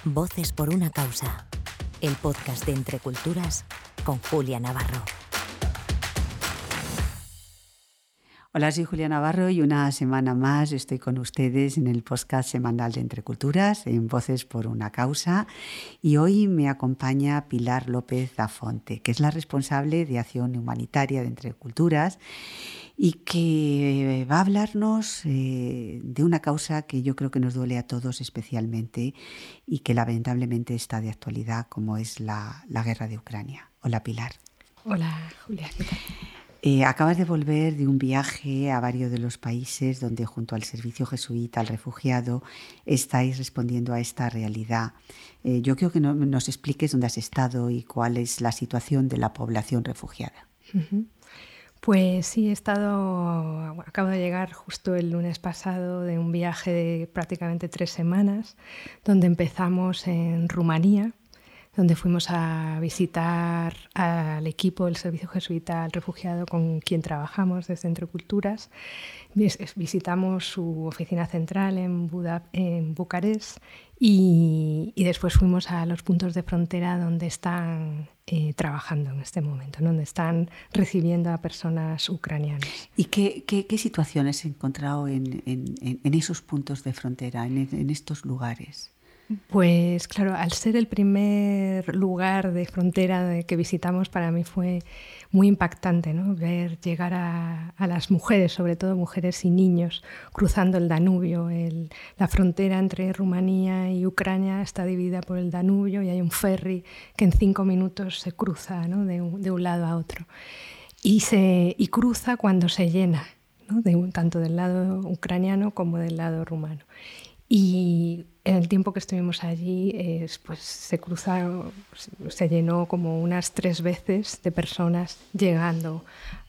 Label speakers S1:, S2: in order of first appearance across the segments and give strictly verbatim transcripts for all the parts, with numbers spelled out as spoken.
S1: Voces por una causa, el podcast de Entre Culturas con Julia Navarro.
S2: Hola, soy Julia Navarro y una semana más estoy con ustedes en el podcast semanal de Entre Culturas, en Voces por una causa. Y hoy me acompaña Pilar López Zafonte, que es la responsable de Acción Humanitaria de Entre Culturas y que va a hablarnos eh, de una causa que yo creo que nos duele a todos especialmente y que lamentablemente está de actualidad, como es la, la guerra de Ucrania. Hola, Pilar.
S3: Hola, Julia, ¿qué tal?
S2: Eh, acabas de volver de un viaje a varios de los países donde junto al Servicio Jesuita al Refugiado estáis respondiendo a esta realidad. Eh, yo creo que no, nos expliques dónde has estado y cuál es la situación de la población refugiada.
S3: Uh-huh. Pues sí, he estado, acabo de llegar justo el lunes pasado de un viaje de prácticamente tres semanas, donde empezamos en Rumanía, donde fuimos a visitar al equipo del Servicio Jesuita al Refugiado con quien trabajamos desde Entre Culturas. Visitamos su oficina central en, Buda, en Bucarest y, y después fuimos a los puntos de frontera donde están eh, trabajando en este momento, donde están recibiendo a personas ucranianas.
S2: ¿Y qué, qué, qué situaciones has encontrado en, en, en esos puntos de frontera, en, en estos lugares?
S3: Pues claro, al ser el primer lugar de frontera que visitamos, para mí fue muy impactante, ¿no? Ver llegar a, a las mujeres, sobre todo mujeres y niños, cruzando el Danubio. El, la frontera entre Rumanía y Ucrania está dividida por el Danubio y hay un ferry que en cinco minutos se cruza, ¿no? de, un, de un lado a otro. Y, se, y cruza cuando se llena, ¿no? de un, tanto del lado ucraniano como del lado rumano. Y en el tiempo que estuvimos allí, eh, pues se cruzaron, se llenó como unas tres veces de personas llegando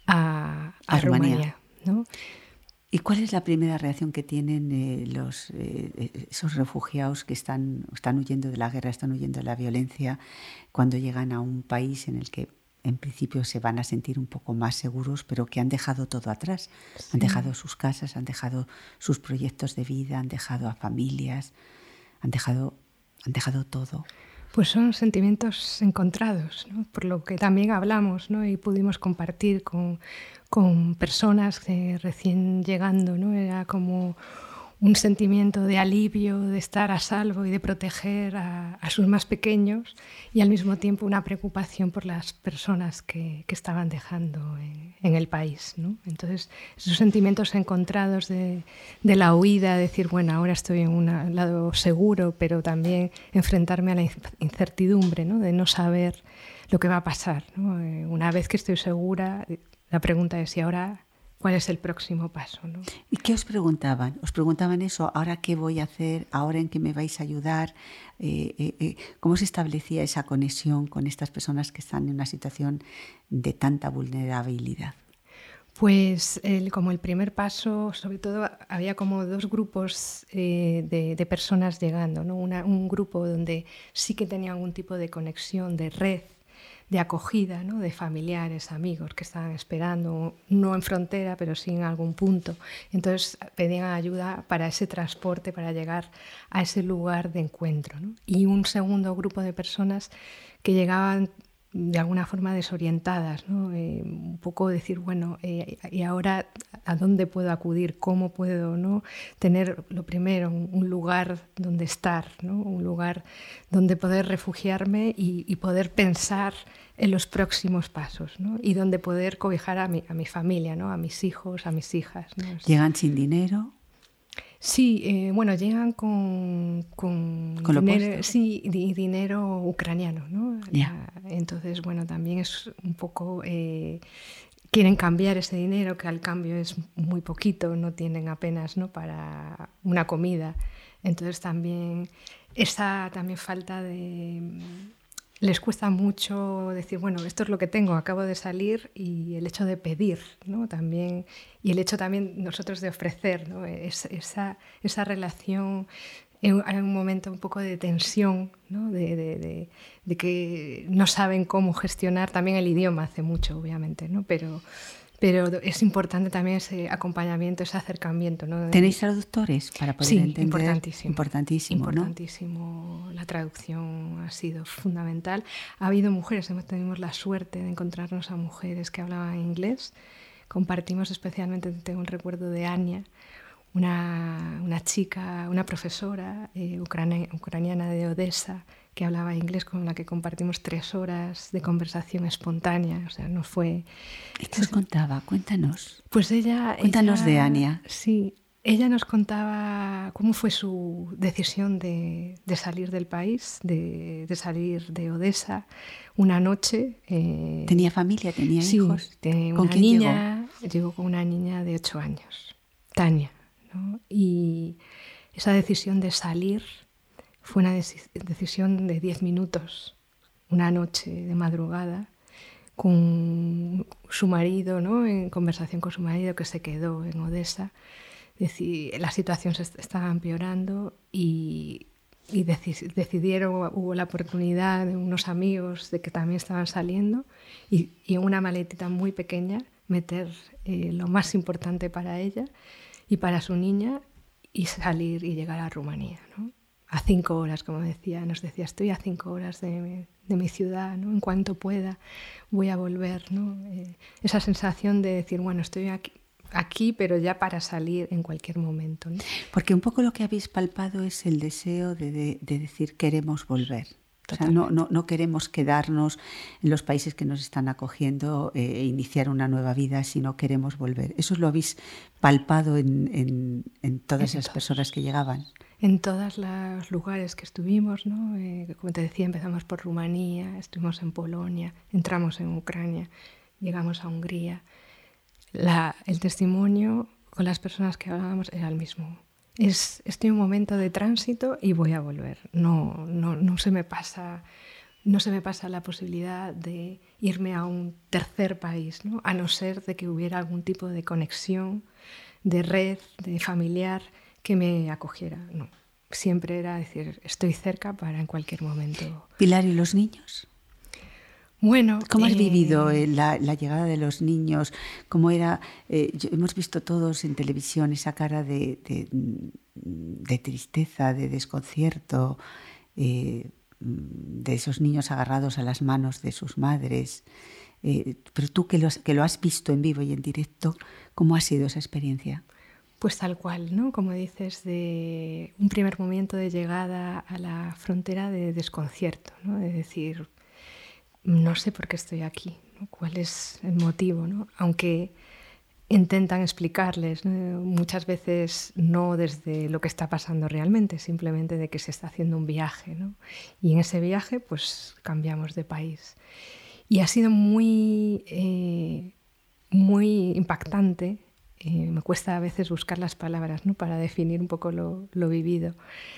S3: a, a, a Rumanía. Rumanía, ¿no?
S2: ¿Y cuál es la primera reacción que tienen eh, los, eh, esos refugiados que están, están huyendo de la guerra, están huyendo de la violencia, cuando llegan a un país en el que en principio se van a sentir un poco más seguros, pero que han dejado todo atrás? Sí. Han dejado sus casas, han dejado sus proyectos de vida, han dejado a familias, han dejado, han dejado todo.
S3: Pues son sentimientos encontrados, ¿no? Por lo que también hablamos, ¿no? Y pudimos compartir con, con personas que recién llegando, ¿no? Era como un sentimiento de alivio, de estar a salvo y de proteger a, a sus más pequeños, y al mismo tiempo una preocupación por las personas que, que estaban dejando en, en el país, ¿no? Entonces, esos sentimientos encontrados de, de la huida, decir, bueno, ahora estoy en un lado seguro, pero también enfrentarme a la incertidumbre, ¿no? De no saber lo que va a pasar, ¿no? Una vez que estoy segura, la pregunta es, ¿y ahora cuál es el próximo paso, ¿no?
S2: ¿Y qué os preguntaban? ¿Os preguntaban eso? ¿Ahora qué voy a hacer? ¿Ahora en qué me vais a ayudar? Eh, eh, eh, ¿Cómo se establecía esa conexión con estas personas que están en una situación de tanta vulnerabilidad?
S3: Pues el, como el primer paso, sobre todo había como dos grupos eh, de, de personas llegando, ¿no? Una, un grupo donde sí que tenía algún tipo de conexión, de red, de acogida, ¿no? De familiares, amigos que estaban esperando, no en frontera, pero sí en algún punto. Entonces pedían ayuda para ese transporte, para llegar a ese lugar de encuentro, ¿no? Y un segundo grupo de personas que llegaban de alguna forma desorientadas, ¿no? Eh, un poco decir, bueno, eh, ¿y ahora a dónde puedo acudir? ¿Cómo puedo, ¿no? tener, lo primero, un, un lugar donde estar, ¿no? Un lugar donde poder refugiarme y, y poder pensar en los próximos pasos, ¿no? Y donde poder cobijar a mi, a mi familia, ¿no? A mis hijos, a mis hijas, ¿no?
S2: ¿Llegan sin dinero?
S3: Sí, eh, bueno, llegan con, con,
S2: ¿Con
S3: dinero, sí, di, dinero ucraniano, ¿no?
S2: Yeah.
S3: Entonces, bueno, también es un poco, eh, quieren cambiar ese dinero, que al cambio es muy poquito, no tienen apenas, ¿no? Para una comida. Entonces también esa también falta de... Les cuesta mucho decir, bueno, esto es lo que tengo, acabo de salir, y el hecho de pedir, ¿no? También, y el hecho también nosotros de ofrecer, ¿no? Es, esa, esa relación, en, hay un momento un poco de tensión, ¿no? De, de, de, de que no saben cómo gestionar, también el idioma hace mucho, obviamente, ¿no? Pero, Pero es importante también ese acompañamiento, ese acercamiento, ¿no?
S2: ¿Tenéis traductores para poder
S3: sí,
S2: entender?
S3: importantísimo.
S2: Importantísimo,
S3: Importantísimo. ¿No? La traducción ha sido fundamental. Ha habido mujeres, hemos tenido la suerte de encontrarnos a mujeres que hablaban inglés. Compartimos especialmente, tengo el recuerdo de Anya, una, una chica, una profesora eh, ucrania, ucraniana de Odessa, que hablaba inglés, con la que compartimos tres horas de conversación espontánea. O sea, no fue...
S2: ¿Y qué os contaba? Cuéntanos.
S3: Pues ella...
S2: Cuéntanos
S3: ella,
S2: de Anya.
S3: Sí, ella nos contaba cómo fue su decisión de, de salir del país, de, de salir de Odessa una noche. Eh,
S2: ¿Tenía familia? ¿Tenía
S3: sí,
S2: hijos?
S3: Tenía
S2: ¿Con
S3: una
S2: quién
S3: niña, llegó? Llegó con una niña de ocho años, Tania, ¿no? Y esa decisión de salir fue una deci- decisión de diez minutos, una noche de madrugada, con su marido, ¿no? En conversación con su marido, que se quedó en Odessa. Decir, la situación se estaba empeorando y, y deci- decidieron, hubo la oportunidad de unos amigos de que también estaban saliendo y, y en una maletita muy pequeña meter eh, lo más importante para ella y para su niña y salir y llegar a Rumanía, ¿no? A cinco horas, como decía, nos decía, estoy a cinco horas de mi, de mi ciudad, ¿no? En cuanto pueda voy a volver, ¿no? Eh, esa sensación de decir, bueno, estoy aquí, aquí, pero ya para salir en cualquier momento, ¿no?
S2: Porque un poco lo que habéis palpado es el deseo de, de, de decir queremos volver. O sea, no, no, no queremos quedarnos en los países que nos están acogiendo eh, e iniciar una nueva vida, sino queremos volver. ¿Eso lo habéis palpado en, en, en todas
S3: en
S2: esas
S3: todos.
S2: personas que llegaban?
S3: En todos los lugares que estuvimos, ¿no? Eh, como te decía, empezamos por Rumanía, estuvimos en Polonia, entramos en Ucrania, llegamos a Hungría. La, el testimonio con las personas que hablábamos era el mismo. Es, estoy en un momento de tránsito y voy a volver. No, no, no, se me pasa, no se me pasa la posibilidad de irme a un tercer país, ¿no? A no ser de que hubiera algún tipo de conexión, de red, de familiar que me acogiera. No, siempre era decir, estoy cerca para en cualquier momento.
S2: Pilar, ¿y los niños?
S3: Bueno,
S2: ¿Cómo has
S3: eh,
S2: vivido eh, la, la llegada de los niños? ¿Cómo era? Eh, yo, hemos visto todos en televisión esa cara de, de, de tristeza, de desconcierto, eh, de esos niños agarrados a las manos de sus madres. Eh, pero tú que lo, has, que lo has visto en vivo y en directo, ¿cómo ha sido esa experiencia?
S3: Pues tal cual, ¿no? Como dices, de un primer momento de llegada a la frontera de desconcierto, ¿no? De decir, no sé por qué estoy aquí, ¿no? ¿Cuál es el motivo, ¿no? Aunque intentan explicarles, ¿no? Muchas veces no desde lo que está pasando realmente, simplemente de que se está haciendo un viaje, ¿no? Y en ese viaje pues cambiamos de país. Y ha sido muy, eh, muy impactante. Eh, me cuesta a veces buscar las palabras, ¿no? Para definir un poco lo, lo vivido.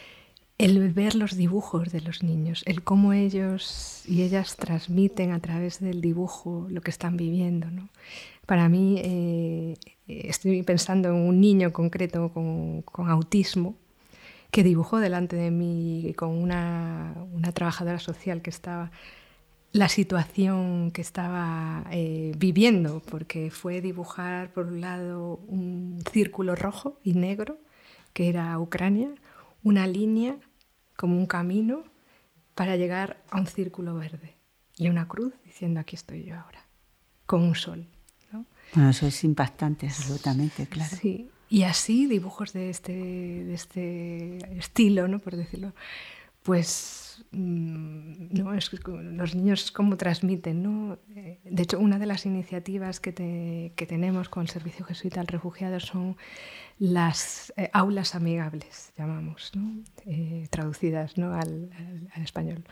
S3: El ver los dibujos de los niños, el cómo ellos y ellas transmiten a través del dibujo lo que están viviendo, ¿no? Para mí, eh, estoy pensando en un niño concreto con, con autismo que dibujó delante de mí con una, una trabajadora social que estaba, la situación que estaba eh, viviendo, porque fue dibujar por un lado un círculo rojo y negro, que era Ucrania, una línea como un camino para llegar a un círculo verde y una cruz diciendo aquí estoy yo ahora, con un sol, ¿no?
S2: Bueno, eso es impactante, absolutamente, claro.
S3: Sí, y así dibujos de este, de este estilo, ¿no? Por decirlo, pues no, es, los niños cómo transmiten, ¿no? De hecho, una de las iniciativas que, te, que tenemos con el Servicio Jesuita al Refugiado son las eh, aulas amigables, llamamos, ¿no? Eh, traducidas, ¿no? al, al, al español.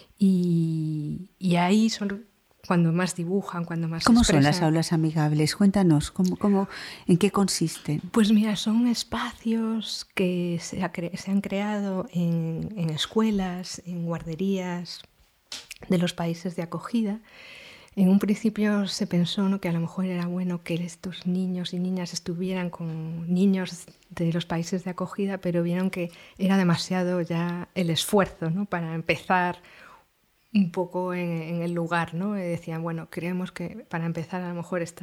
S3: Y, y ahí son cuando más dibujan, cuando más
S2: ¿Cómo
S3: expresan.
S2: son las aulas amigables? Cuéntanos, ¿cómo, cómo, ¿en qué consisten?
S3: Pues mira, son espacios que se, ha cre- se han creado en, en escuelas, en guarderías de los países de acogida. En un principio se pensó, ¿no?, que a lo mejor era bueno que estos niños y niñas estuvieran con niños de los países de acogida, pero vieron que era demasiado ya el esfuerzo, ¿no?, para empezar un poco en, en el lugar, ¿no? Y decían, bueno, creemos que para empezar a lo mejor estar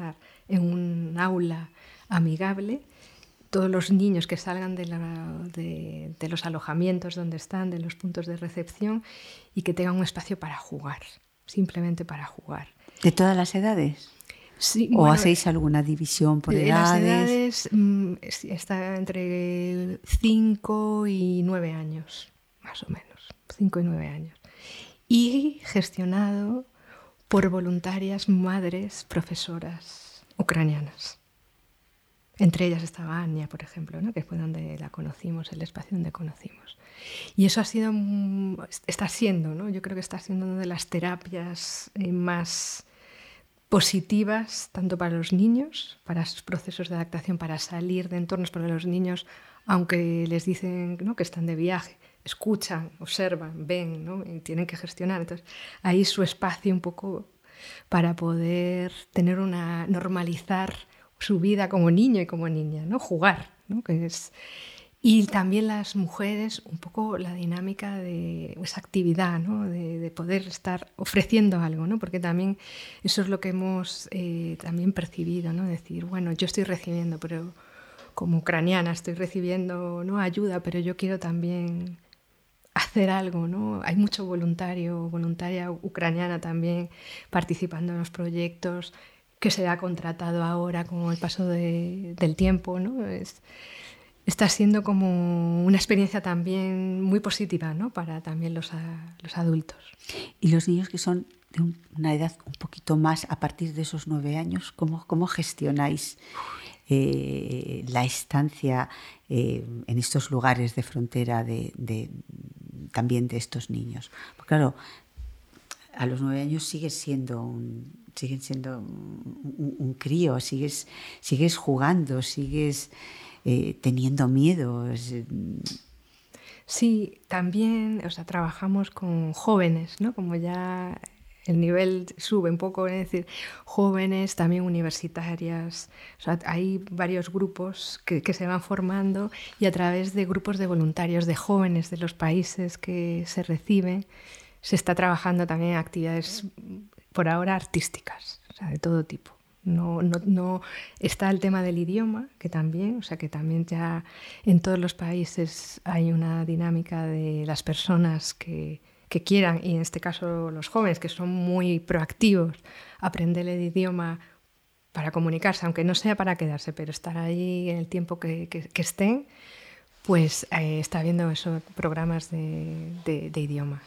S3: en un aula amigable, todos los niños que salgan de, la, de, de los alojamientos donde están, de los puntos de recepción, y que tengan un espacio para jugar, simplemente para jugar.
S2: ¿De todas las edades?
S3: Sí,
S2: ¿O
S3: bueno,
S2: hacéis alguna división por
S3: de
S2: edades?
S3: Las edades mmm, está entre cinco y nueve años, más o menos, cinco y nueve años. Y gestionado por voluntarias madres profesoras ucranianas. Entre ellas estaba Anya, por ejemplo, ¿no? Que fue donde la conocimos, el espacio donde conocimos. Y eso ha sido, está siendo, ¿no? Yo creo que está siendo una de las terapias más positivas, tanto para los niños, para sus procesos de adaptación, para salir de entornos, porque los niños, aunque les dicen, ¿no?, que están de viaje, escuchan, observan, ven, ¿no?, y tienen que gestionar. Entonces, ahí su espacio un poco para poder tener una, normalizar su vida como niño y como niña, ¿no? Jugar, ¿no? Que es... Y también las mujeres, un poco la dinámica de esa actividad, ¿no? de, de poder estar ofreciendo algo, ¿no? Porque también eso es lo que hemos eh, también percibido, ¿no? Decir, bueno, yo estoy recibiendo, pero como ucraniana estoy recibiendo, ¿no?, ayuda, pero yo quiero también hacer algo, ¿no? Hay mucho voluntario, voluntaria ucraniana también participando en los proyectos, que se ha contratado ahora con el paso de, del tiempo, ¿no? Es, está siendo como una experiencia también muy positiva, ¿no?, para también los, a, los adultos.
S2: Y los niños que son de un, una edad un poquito más, a partir de esos nueve años, ¿cómo, cómo gestionáis eh, la estancia eh, en estos lugares de frontera de, de, también de estos niños? Porque claro, a los nueve años sigues siendo un, sigues siendo un, un, un crío, sigues, sigues jugando, sigues eh, teniendo miedo.
S3: Sí, también, o sea, trabajamos con jóvenes, ¿no? Como ya el nivel sube un poco, es decir, jóvenes, también universitarias. O sea, hay varios grupos que, que se van formando, y a través de grupos de voluntarios, de jóvenes de los países que se reciben, se está trabajando también en actividades, por ahora, artísticas, o sea, de todo tipo. No, no, no está el tema del idioma, que también, o sea, que también ya en todos los países hay una dinámica de las personas que, que quieran, y en este caso los jóvenes, que son muy proactivos, aprender el idioma para comunicarse, aunque no sea para quedarse, pero estar ahí en el tiempo que, que, que estén, pues eh, está habiendo eso, programas de, de, de idioma.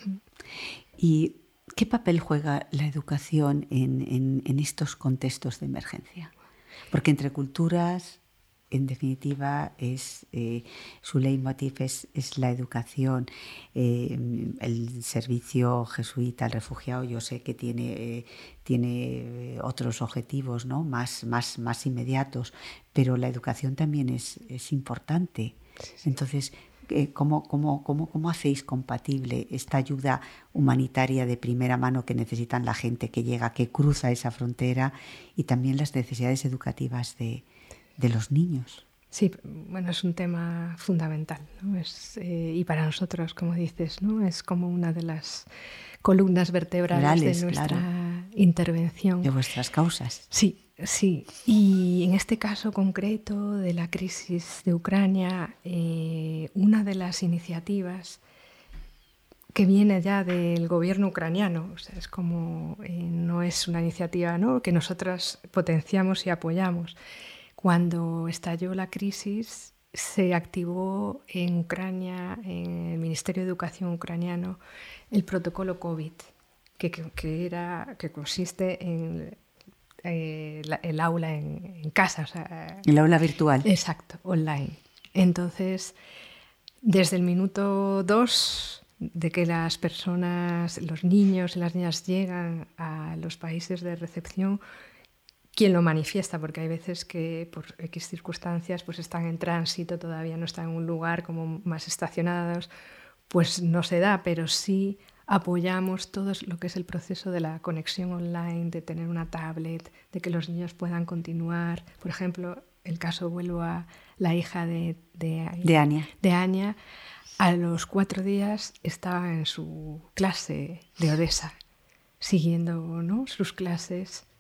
S2: ¿Y qué papel juega la educación en, en, en estos contextos de emergencia? Porque Entre Culturas, en definitiva, es eh, su leitmotiv es, es la educación. Eh, el servicio jesuita al refugiado, yo sé que tiene, eh, tiene otros objetivos, ¿no?, más, más, más inmediatos, pero la educación también es, es importante. Sí, sí. Entonces, ¿Cómo, cómo, cómo, ¿Cómo hacéis compatible esta ayuda humanitaria de primera mano que necesitan la gente que llega, que cruza esa frontera, y también las necesidades educativas de, de los niños?
S3: Sí, bueno, es un tema fundamental, ¿no? Es, eh, y para nosotros, como dices, ¿no?, es como una de las columnas vertebrales Reales, de nuestra claro. intervención.
S2: De vuestras causas.
S3: Sí. Sí, y en este caso concreto de la crisis de Ucrania, eh, una de las iniciativas que viene ya del gobierno ucraniano, o sea, es como, eh, no es una iniciativa, ¿no?, que nosotras potenciamos y apoyamos. Cuando estalló la crisis, se activó en Ucrania, en el Ministerio de Educación ucraniano, el protocolo COVID, que, que, que, era, que consiste en Eh, la, el aula en, en casa. O sea,
S2: el aula virtual.
S3: Exacto, online. Entonces, desde el minuto dos de que las personas, los niños y las niñas llegan a los países de recepción, quien lo manifiesta, porque hay veces que por X circunstancias pues están en tránsito, todavía no están en un lugar como más estacionados, pues no se da, pero sí apoyamos todo lo que es el proceso de la conexión online, de tener una tablet, de que los niños puedan continuar. Por ejemplo, el caso, vuelvo a la hija de, de,
S2: de Anya.
S3: De Anya, a los cuatro días estaba en su clase de Odessa, siguiendo, ¿no?, sus clases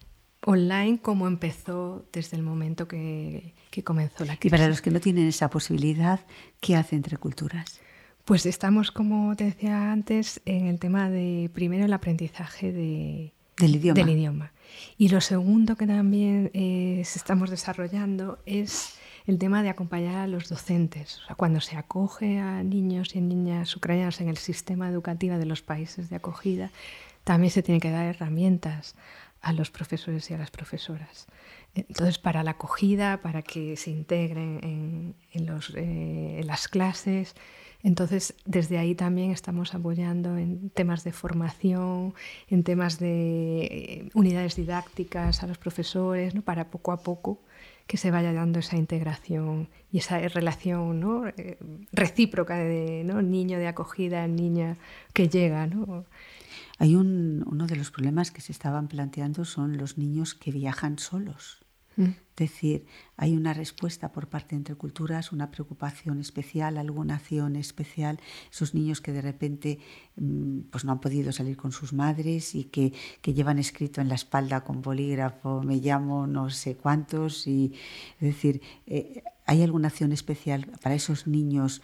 S3: online como empezó desde el momento que, que comenzó la crisis.
S2: Y para los que no tienen esa posibilidad, ¿qué hace Entre Culturas?
S3: Pues estamos, como te decía antes, en el tema de, primero, el aprendizaje de,
S2: del, idioma.
S3: del idioma. Y lo segundo que también eh, estamos desarrollando es el tema de acompañar a los docentes. O sea, cuando se acoge a niños y niñas ucranianos en el sistema educativo de los países de acogida, también se tienen que dar herramientas a los profesores y a las profesoras. Entonces, para la acogida, para que se integren en, en, los, eh, en las clases. Entonces, desde ahí también estamos apoyando en temas de formación, en temas de eh, unidades didácticas a los profesores, ¿no? Para poco a poco que se vaya dando esa integración y esa relación, ¿no? eh, recíproca de, ¿no? Niño de acogida, niña que llega, ¿no?
S2: Hay un, uno de los problemas que se estaban planteando son los niños que viajan solos. Mm. Es decir, hay una respuesta por parte de Entre Culturas, una preocupación especial, alguna acción especial. Esos niños que de repente pues no han podido salir con sus madres y que, que llevan escrito en la espalda con bolígrafo, me llamo no sé cuántos. Y, es decir, eh, ¿hay alguna acción especial para esos niños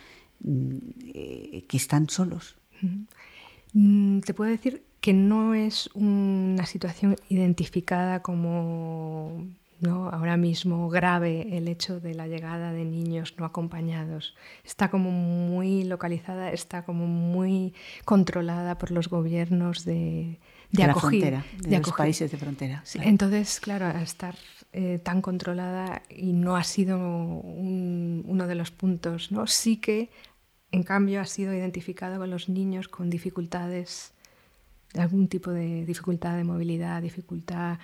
S2: eh, que están solos?
S3: Mm. Te puedo decir que no es una situación identificada como, ¿no?, ahora mismo grave el hecho de la llegada de niños no acompañados. Está como muy localizada, está como muy controlada por los gobiernos de, de,
S2: de
S3: acogida.
S2: La frontera, de,
S3: de
S2: los
S3: acogida.
S2: países de frontera.
S3: Sí.
S2: Claro.
S3: Entonces, claro, al estar eh, tan controlada y no ha sido un, uno de los puntos, ¿no? Sí que en cambio ha sido identificado con los niños con dificultades, de algún tipo de dificultad de movilidad, dificultad,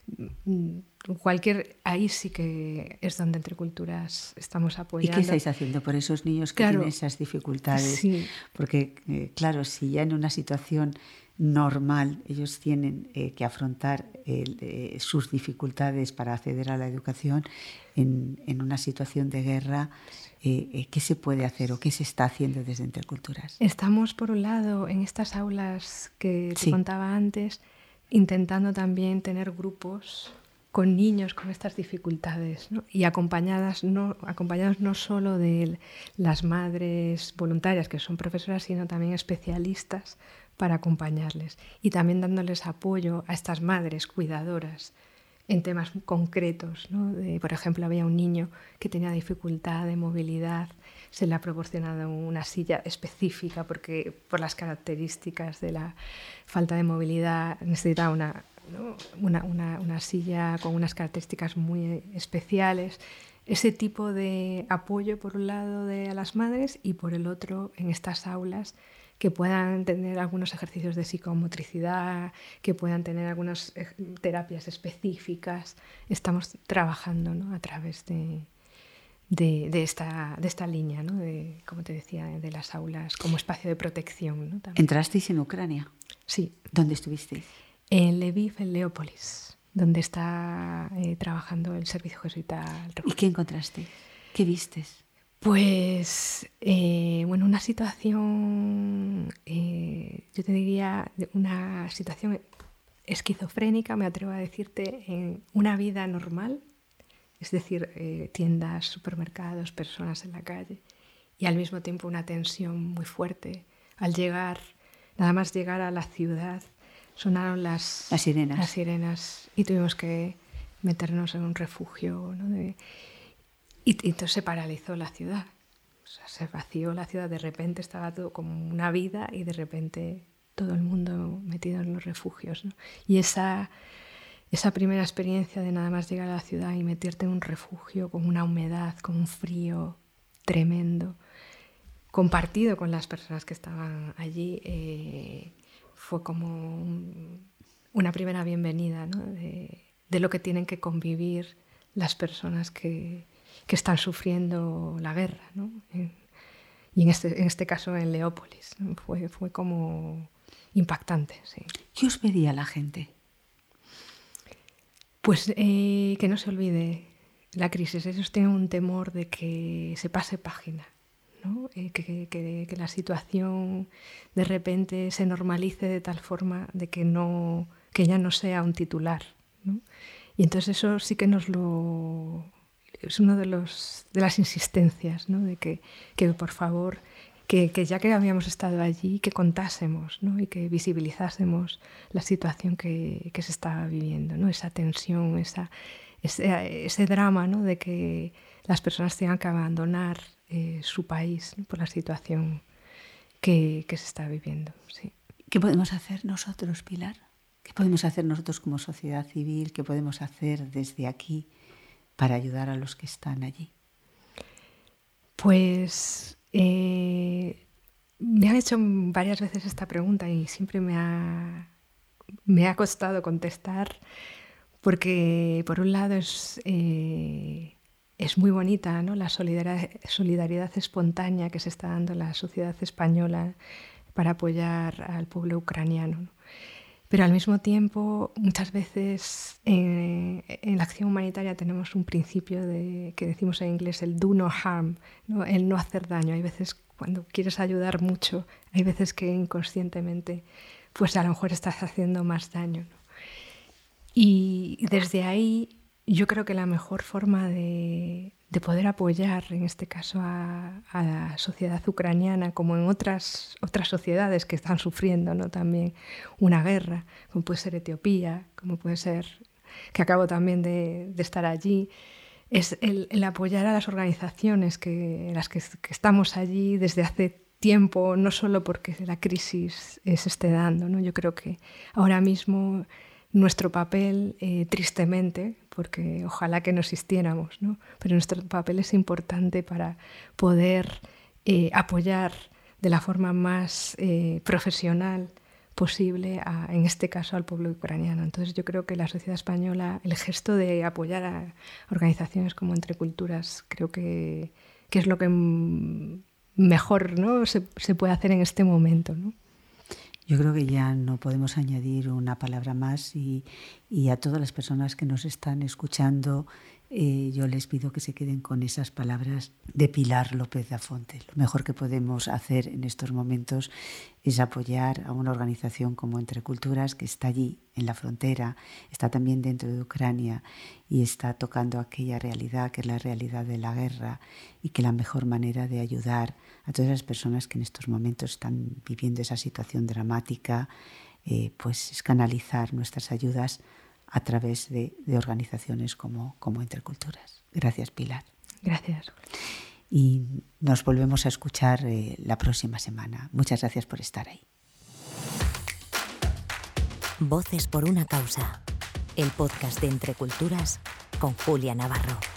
S3: cualquier, ahí sí que es donde Entre Culturas estamos apoyando.
S2: ¿Y qué estáis haciendo por esos niños que
S3: claro,
S2: tienen esas dificultades?
S3: Sí.
S2: Porque, eh, claro, si ya en una situación normal ellos tienen eh, que afrontar el, eh, sus dificultades para acceder a la educación, en, en una situación de guerra, eh, eh, ¿qué se puede hacer o qué se está haciendo desde Entre Culturas?
S3: Estamos, por un lado, en estas aulas que te
S2: sí.
S3: contaba antes, intentando también tener grupos con niños con estas dificultades, ¿no? Y acompañadas no, acompañados no solo de las madres voluntarias, que son profesoras, sino también especialistas para acompañarles. Y también dándoles apoyo a estas madres cuidadoras en temas concretos, ¿no? De, por ejemplo, había un niño que tenía dificultad de movilidad, se le ha proporcionado una silla específica porque por las características de la falta de movilidad necesitaba una, ¿no? una, una, una silla con unas características muy especiales. Ese tipo de apoyo, por un lado, de a las madres y por el otro, en estas aulas, que puedan tener algunos ejercicios de psicomotricidad, que puedan tener algunas terapias específicas. Estamos trabajando, ¿no?, a través de, de, de, esta, de esta línea, ¿no?, de, como te decía, de las aulas como espacio de protección, ¿no? También.
S2: ¿Entrasteis en Ucrania?
S3: Sí.
S2: ¿Dónde estuvisteis?
S3: En Lviv, en Leópolis, donde está eh, trabajando el servicio jesuita.
S2: ¿Y qué encontraste? ¿Qué vistes?
S3: Pues, eh, bueno, una situación, eh, yo te diría, una situación esquizofrénica, me atrevo a decirte, en una vida normal, es decir, eh, tiendas, supermercados, personas en la calle, y al mismo tiempo una tensión muy fuerte. Al llegar, nada más llegar a la ciudad, sonaron las,
S2: las sirenas.
S3: Las sirenas y tuvimos que meternos en un refugio, ¿no? De, Y, y entonces se paralizó la ciudad, o sea, se vació la ciudad, de repente estaba todo como una vida y de repente todo el mundo metido en los refugios, ¿no? Y esa, esa primera experiencia de nada más llegar a la ciudad y meterte en un refugio con una humedad, con un frío tremendo, compartido con las personas que estaban allí, eh, fue como un, una primera bienvenida, ¿no?, de, de lo que tienen que convivir las personas que... que están sufriendo la guerra, ¿no? Y en este, en este caso en Leópolis, ¿no? Fue, fue como impactante, sí.
S2: ¿Qué os pedía la gente?
S3: Pues eh, que no se olvide la crisis. Ellos tienen un temor de que se pase página, ¿no? Eh, que, que, que la situación de repente se normalice de tal forma de que, no, que ya no sea un titular, ¿no? Y entonces eso sí que nos lo... es una de, los, de las insistencias, ¿no? De que, que por favor, que, que ya que habíamos estado allí, que contásemos, ¿no? Y que visibilizásemos la situación que, que se estaba viviendo, ¿no? Esa tensión, esa, ese, ese drama, ¿no? De que las personas tengan que abandonar eh, su país, ¿no? Por la situación que, que se está viviendo. Sí.
S2: ¿Qué podemos hacer nosotros, Pilar? ¿Qué podemos hacer nosotros como sociedad civil? ¿Qué podemos hacer desde aquí para ayudar a los que están allí?
S3: Pues eh, me han hecho varias veces esta pregunta y siempre me ha, me ha costado contestar porque, por un lado, es, eh, es muy bonita, ¿no? La solidaridad, solidaridad espontánea que se está dando en la sociedad española para apoyar al pueblo ucraniano, ¿no? Pero al mismo tiempo, muchas veces eh, en la acción humanitaria tenemos un principio de, que decimos en inglés, el do no harm, ¿no? El no hacer daño. Hay veces cuando quieres ayudar mucho, hay veces que inconscientemente pues a lo mejor estás haciendo más daño, ¿no? Y desde ahí yo creo que la mejor forma de, de poder apoyar, en este caso a, a la sociedad ucraniana, como en otras, otras sociedades que están sufriendo, ¿no? También una guerra, como puede ser Etiopía, como puede ser, que acabo también de, de estar allí, es el, el apoyar a las organizaciones que, las que, que estamos allí desde hace tiempo, no solo porque la crisis se esté dando, ¿no? Yo creo que ahora mismo nuestro papel, eh, tristemente, porque ojalá que no existiéramos, ¿no? Pero nuestro papel es importante para poder eh, apoyar de la forma más eh, profesional posible, a, en este caso, al pueblo ucraniano. Entonces yo creo que la sociedad española, el gesto de apoyar a organizaciones como Entre Culturas, creo que, que es lo que mejor, ¿no? se, se puede hacer en este momento, ¿no?
S2: Yo creo que ya no podemos añadir una palabra más y, y a todas las personas que nos están escuchando, eh, yo les pido que se queden con esas palabras de Pilar López Dafonte. Lo mejor que podemos hacer en estos momentos es apoyar a una organización como Entre Culturas, que está allí en la frontera, está también dentro de Ucrania y está tocando aquella realidad que es la realidad de la guerra, y que la mejor manera de ayudar a todas las personas que en estos momentos están viviendo esa situación dramática, eh, pues es canalizar nuestras ayudas a través de, de organizaciones como, como Entre Culturas. Gracias, Pilar.
S3: Gracias.
S2: Y nos volvemos a escuchar eh, la próxima semana. Muchas gracias por estar ahí.
S1: Voces por una causa. El podcast de Entre Culturas con Julia Navarro.